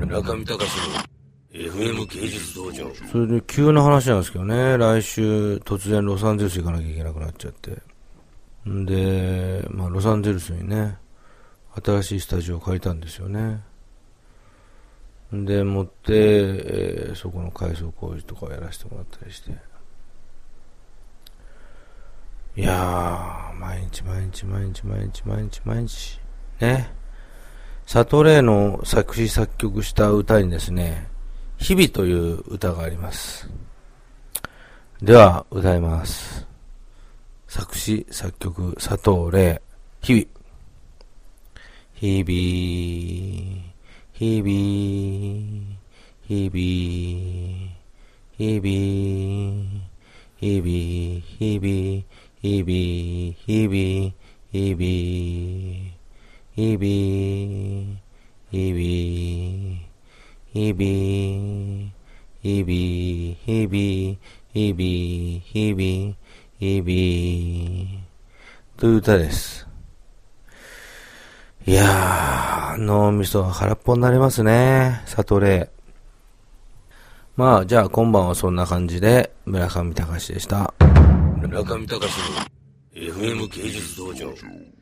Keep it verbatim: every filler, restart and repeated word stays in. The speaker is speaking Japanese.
中見隆の エフエム 芸術道場。 それで急な話なんですけどね、来週突然ロサンゼルス行かなきゃいけなくなっちゃって。んで、まあロサンゼルスにね、新しいスタジオを借りたんですよね。んで、持って、えー、そこの改装工事とかをやらせてもらったりして。いやー、毎日毎日毎日毎日毎日毎日、ね。サトレーの作詞作曲した歌にですね、日々という歌があります。では、歌います。作詞作曲、佐藤玲、日々。日々、日々、日々、日々、日々、日々、日々、日々、日々、日々、日々、日々、日々、日々、日々、日々、日々、という歌です。いやー、脳みそが空っぽになりますね、サトレー。まあ、じゃあ今晩はそんな感じで、村上隆でした。 中見隆の エフエム 芸術道場。